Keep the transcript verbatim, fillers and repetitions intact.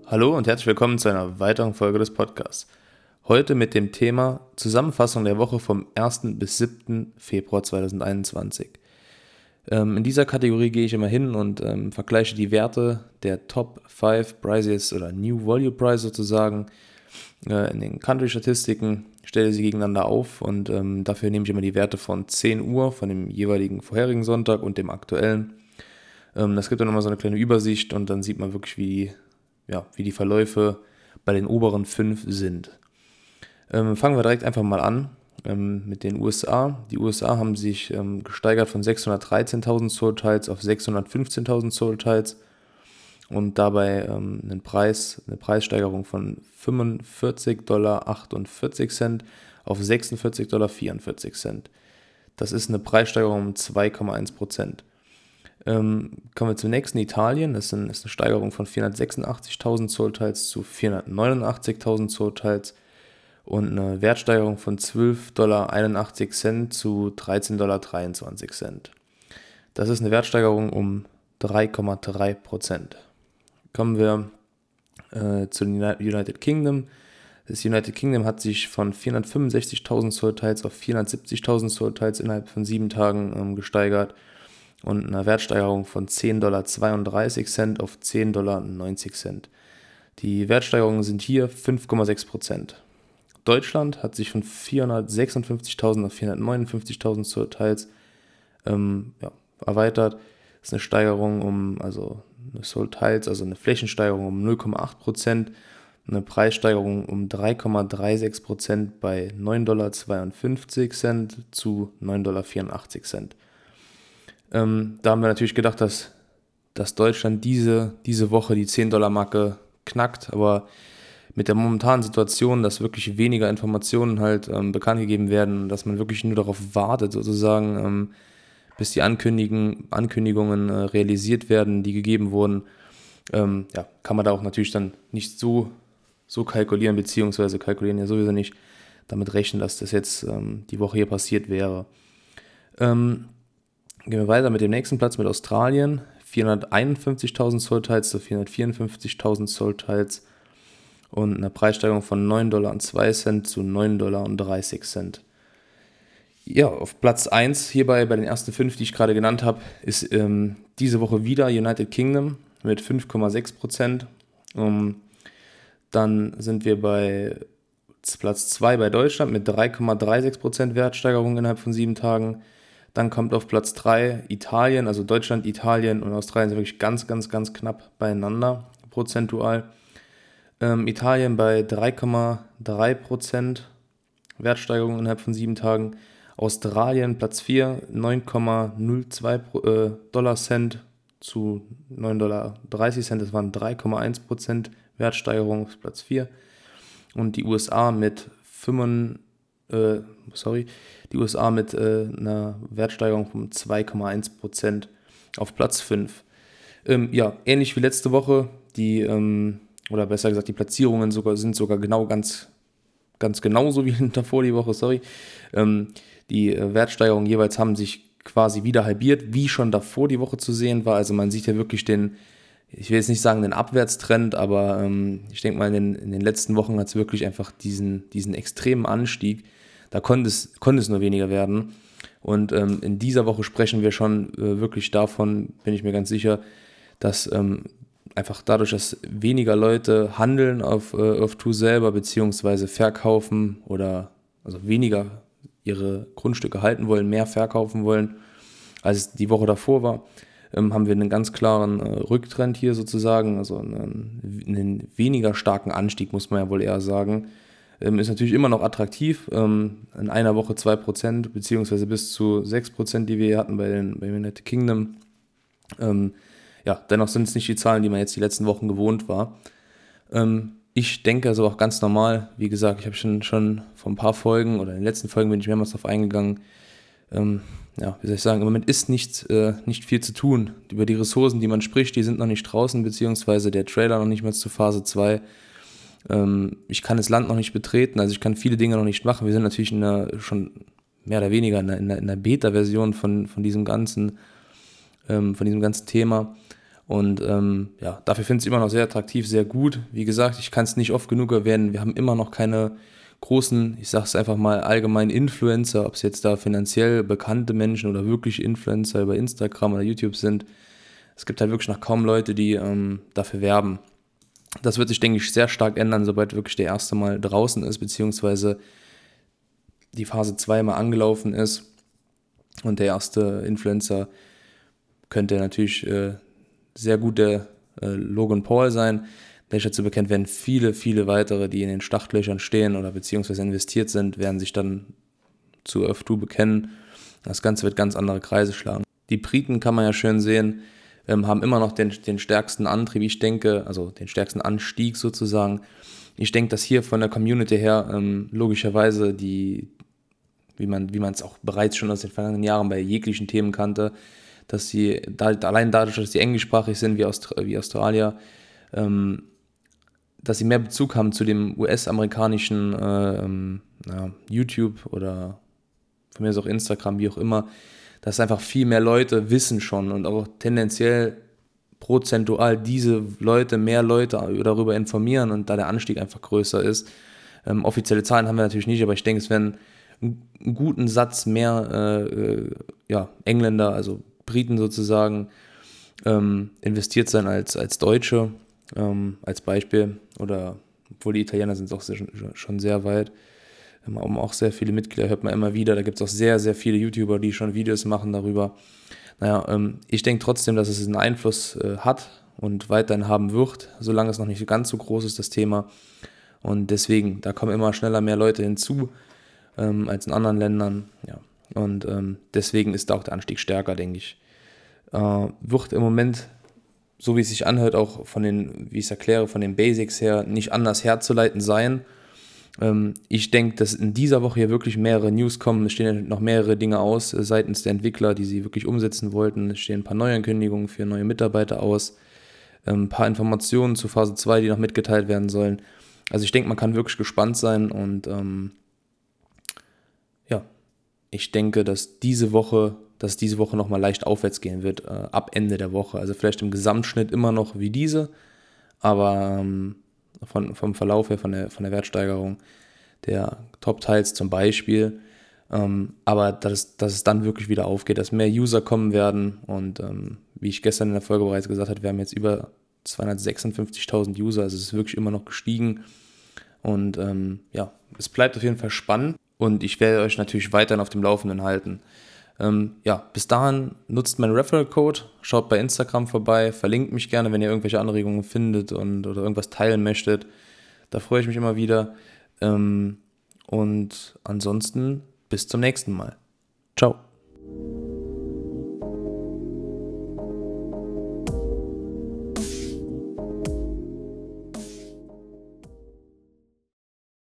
Hallo und herzlich willkommen zu einer weiteren Folge des Podcasts. Heute mit dem Thema Zusammenfassung der Woche vom ersten bis siebten Februar zweitausendeinundzwanzig. Ähm, in dieser Kategorie gehe ich immer hin und ähm, vergleiche die Werte der Top fünf Prices oder New Value Price sozusagen äh, in den Country-Statistiken, stelle sie gegeneinander auf und ähm, dafür nehme ich immer die Werte von zehn Uhr, von dem jeweiligen vorherigen Sonntag und dem aktuellen. Ähm, das gibt dann nochmal so eine kleine Übersicht und dann sieht man wirklich, wie Ja, wie die Verläufe bei den oberen fünf sind. Ähm, fangen wir direkt einfach mal an ähm, mit den U S A. Die U S A haben sich ähm, gesteigert von sechshundertdreizehntausend Sold Tides auf sechshundertfünfzehntausend Sold Tides und dabei ähm, einen Preis, eine Preissteigerung von fünfundvierzig Komma achtundvierzig Dollar auf sechsundvierzig Komma vierundvierzig Dollar. Das ist eine Preissteigerung um zwei Komma eins Prozent. Ähm, kommen wir zum nächsten, Italien. Das ist, ein, ist eine Steigerung von vierhundertsechsundachtzigtausend Sold Tides zu vierhundertneunundachtzigtausend Sold Tides und eine Wertsteigerung von zwölf Komma einundachtzig Dollar zu dreizehn Komma dreiundzwanzig Dollar. Das ist eine Wertsteigerung um drei Komma drei Prozent. Kommen wir äh, zu den United Kingdom. Das United Kingdom hat sich von vierhundertfünfundsechzigtausend Sold Tides auf vierhundertsiebzigtausend Sold Tides innerhalb von sieben Tagen ähm, gesteigert und eine Wertsteigerung von zehn Komma zweiunddreißig Dollar auf zehn Komma neunzig Dollar. Die Wertsteigerungen sind hier fünf Komma sechs Prozent. Deutschland hat sich von vierhundertsechsundfünfzigtausend auf vierhundertneunundfünfzigtausend Sold Tides ähm, ja, erweitert. Das ist eine Steigerung um, also eine Sold Tides, also eine Flächensteigerung um null Komma acht Prozent, eine Preissteigerung um drei Komma sechsunddreißig Prozent bei neun Komma zweiundfünfzig Dollar zu neun Komma vierundachtzig Dollar. Ähm, da haben wir natürlich gedacht, dass, dass Deutschland diese, diese Woche die zehn Dollar Marke knackt, aber mit der momentanen Situation, dass wirklich weniger Informationen halt ähm, bekannt gegeben werden, dass man wirklich nur darauf wartet sozusagen, ähm, bis die Ankündigen, Ankündigungen äh, realisiert werden, die gegeben wurden, ähm, ja, kann man da auch natürlich dann nicht so, so kalkulieren, beziehungsweise kalkulieren ja sowieso nicht damit rechnen, dass das jetzt ähm, die Woche hier passiert wäre. Ähm, Gehen wir weiter mit dem nächsten Platz mit Australien. vierhunderteinundfünfzigtausend Sold Tides zu vierhundertvierundfünfzigtausend Sold Tides und eine Preissteigerung von neun Komma zwei Dollar zu neun Komma dreißig Dollar. Ja, auf Platz eins hierbei bei den ersten fünf, die ich gerade genannt habe, ist ähm, diese Woche wieder United Kingdom mit fünf Komma sechs Prozent. Um, dann sind wir bei Platz zwei bei Deutschland mit drei Komma sechsunddreißig Prozent Wertsteigerung innerhalb von sieben Tagen. Dann kommt auf Platz drei Italien, also Deutschland, Italien und Australien sind wirklich ganz, ganz, ganz knapp beieinander, prozentual. Ähm, Italien bei drei Komma drei Prozent Wertsteigerung innerhalb von sieben Tagen. Australien Platz vier, neun Komma null zwei äh, Dollar Cent zu neun Komma dreißig Dollar, das waren drei Komma eins Prozent Wertsteigerung auf Platz vier. Und die U S A mit fünf, äh, sorry, die U S A mit äh, einer Wertsteigerung von zwei Komma eins Prozent auf Platz fünf. Ähm, ja, ähnlich wie letzte Woche, die, ähm, oder besser gesagt, die Platzierungen sogar, sind sogar genau ganz, ganz genauso wie davor die Woche, sorry. Ähm, die äh, Wertsteigerungen jeweils haben sich quasi wieder halbiert, wie schon davor die Woche zu sehen war. Also man sieht ja wirklich den, ich will jetzt nicht sagen den Abwärtstrend, aber ähm, ich denke mal, in den, in den letzten Wochen hat es wirklich einfach diesen, diesen extremen Anstieg. Da konnte es, konnte es nur weniger werden. Und ähm, in dieser Woche sprechen wir schon äh, wirklich davon, bin ich mir ganz sicher, dass ähm, einfach dadurch, dass weniger Leute handeln auf, äh, auf To selber, beziehungsweise verkaufen oder also weniger ihre Grundstücke halten wollen, mehr verkaufen wollen, als es die Woche davor war, ähm, haben wir einen ganz klaren äh, Rücktrend hier sozusagen, also einen, einen weniger starken Anstieg, muss man ja wohl eher sagen. Ähm, ist natürlich immer noch attraktiv, ähm, in einer Woche zwei Prozent, beziehungsweise bis zu sechs Prozent, die wir hier hatten bei den bei United Kingdom. Ähm, ja, dennoch sind es nicht die Zahlen, die man jetzt die letzten Wochen gewohnt war. Ähm, ich denke also auch ganz normal, wie gesagt, ich habe schon, schon vor ein paar Folgen oder in den letzten Folgen bin ich mehrmals darauf eingegangen, ähm, ja, wie soll ich sagen, im Moment ist nicht, äh, nicht viel zu tun. Über die Ressourcen, die man spricht, die sind noch nicht draußen, beziehungsweise der Trailer noch nicht mal zu Phase zwei. Ähm, ich kann das Land noch nicht betreten, also ich kann viele Dinge noch nicht machen. Wir sind natürlich in einer, schon mehr oder weniger in einer, in einer Beta-Version von, von diesem ganzen, ähm, von diesem ganzen Thema. Und ähm, ja, dafür finde ich es immer noch sehr attraktiv, sehr gut. Wie gesagt, ich kann es nicht oft genug erwähnen, wir haben immer noch keine großen, ich sage es einfach mal allgemein Influencer, ob es jetzt da finanziell bekannte Menschen oder wirklich Influencer über Instagram oder YouTube sind. Es gibt halt wirklich noch kaum Leute, die ähm, dafür werben. Das wird sich, denke ich, sehr stark ändern, sobald wirklich der erste Mal draußen ist, beziehungsweise die Phase zwei mal angelaufen ist. Und der erste Influencer könnte natürlich äh, sehr gut der äh, Logan Paul sein. Der dazu bekannt werden viele, viele weitere, die in den Startlöchern stehen oder beziehungsweise investiert sind, werden sich dann zu Earth zwei bekennen. Das Ganze wird ganz andere Kreise schlagen. Die Briten, kann man ja schön sehen, ähm, haben immer noch den, den stärksten Antrieb, ich denke, also den stärksten Anstieg sozusagen. Ich denke, dass hier von der Community her ähm, logischerweise die, wie man wie man es auch bereits schon aus den vergangenen Jahren bei jeglichen Themen kannte, dass sie da, allein dadurch, dass sie englischsprachig sind wie, Aust- wie Australier, ähm, dass sie mehr Bezug haben zu dem U S-amerikanischen äh, ähm, ja, YouTube oder von mir ist auch Instagram, wie auch immer, dass einfach viel mehr Leute wissen schon und auch tendenziell prozentual diese Leute, mehr Leute darüber informieren und da der Anstieg einfach größer ist. Ähm, offizielle Zahlen haben wir natürlich nicht, aber ich denke, es werden einen guten Satz mehr äh, ja, Engländer, also Briten sozusagen, ähm, investiert sein als, als Deutsche, ähm, als Beispiel. Oder obwohl die Italiener sind auch sehr, schon sehr weit. Um auch sehr viele Mitglieder, hört man immer wieder. Da gibt es auch sehr, sehr viele YouTuber, die schon Videos machen darüber. Naja, ähm, ich denke trotzdem, dass es einen Einfluss äh, hat und weiterhin haben wird, solange es noch nicht ganz so groß ist, das Thema. Und deswegen, da kommen immer schneller mehr Leute hinzu ähm, als in anderen Ländern. Ja. Und ähm, deswegen ist da auch der Anstieg stärker, denke ich. Äh, wird im Moment, so wie es sich anhört, auch von den, wie ich es erkläre, von den Basics her nicht anders herzuleiten sein. Ähm, ich denke, dass in dieser Woche hier wirklich mehrere News kommen. Es stehen ja noch mehrere Dinge aus äh, seitens der Entwickler, die sie wirklich umsetzen wollten. Es stehen ein paar Neuankündigungen für neue Mitarbeiter aus. Ähm, ein paar Informationen zu Phase zwei, die noch mitgeteilt werden sollen. Also ich denke, man kann wirklich gespannt sein und ähm, ja, ich denke, dass diese Woche, dass diese Woche nochmal leicht aufwärts gehen wird, äh, ab Ende der Woche. Also vielleicht im Gesamtschnitt immer noch wie diese, aber ähm, von, vom Verlauf her, von der, von der Wertsteigerung der Top-Tiles zum Beispiel. Ähm, aber dass, dass es dann wirklich wieder aufgeht, dass mehr User kommen werden und ähm, wie ich gestern in der Folge bereits gesagt habe, wir haben jetzt über zweihundertsechsundfünfzigtausend User, also es ist wirklich immer noch gestiegen und ähm, ja, es bleibt auf jeden Fall spannend und ich werde euch natürlich weiterhin auf dem Laufenden halten. Ähm, ja, bis dahin nutzt meinen Referral-Code, schaut bei Instagram vorbei, verlinkt mich gerne, wenn ihr irgendwelche Anregungen findet und oder irgendwas teilen möchtet. Da freue ich mich immer wieder. Ähm, und ansonsten bis zum nächsten Mal. Ciao.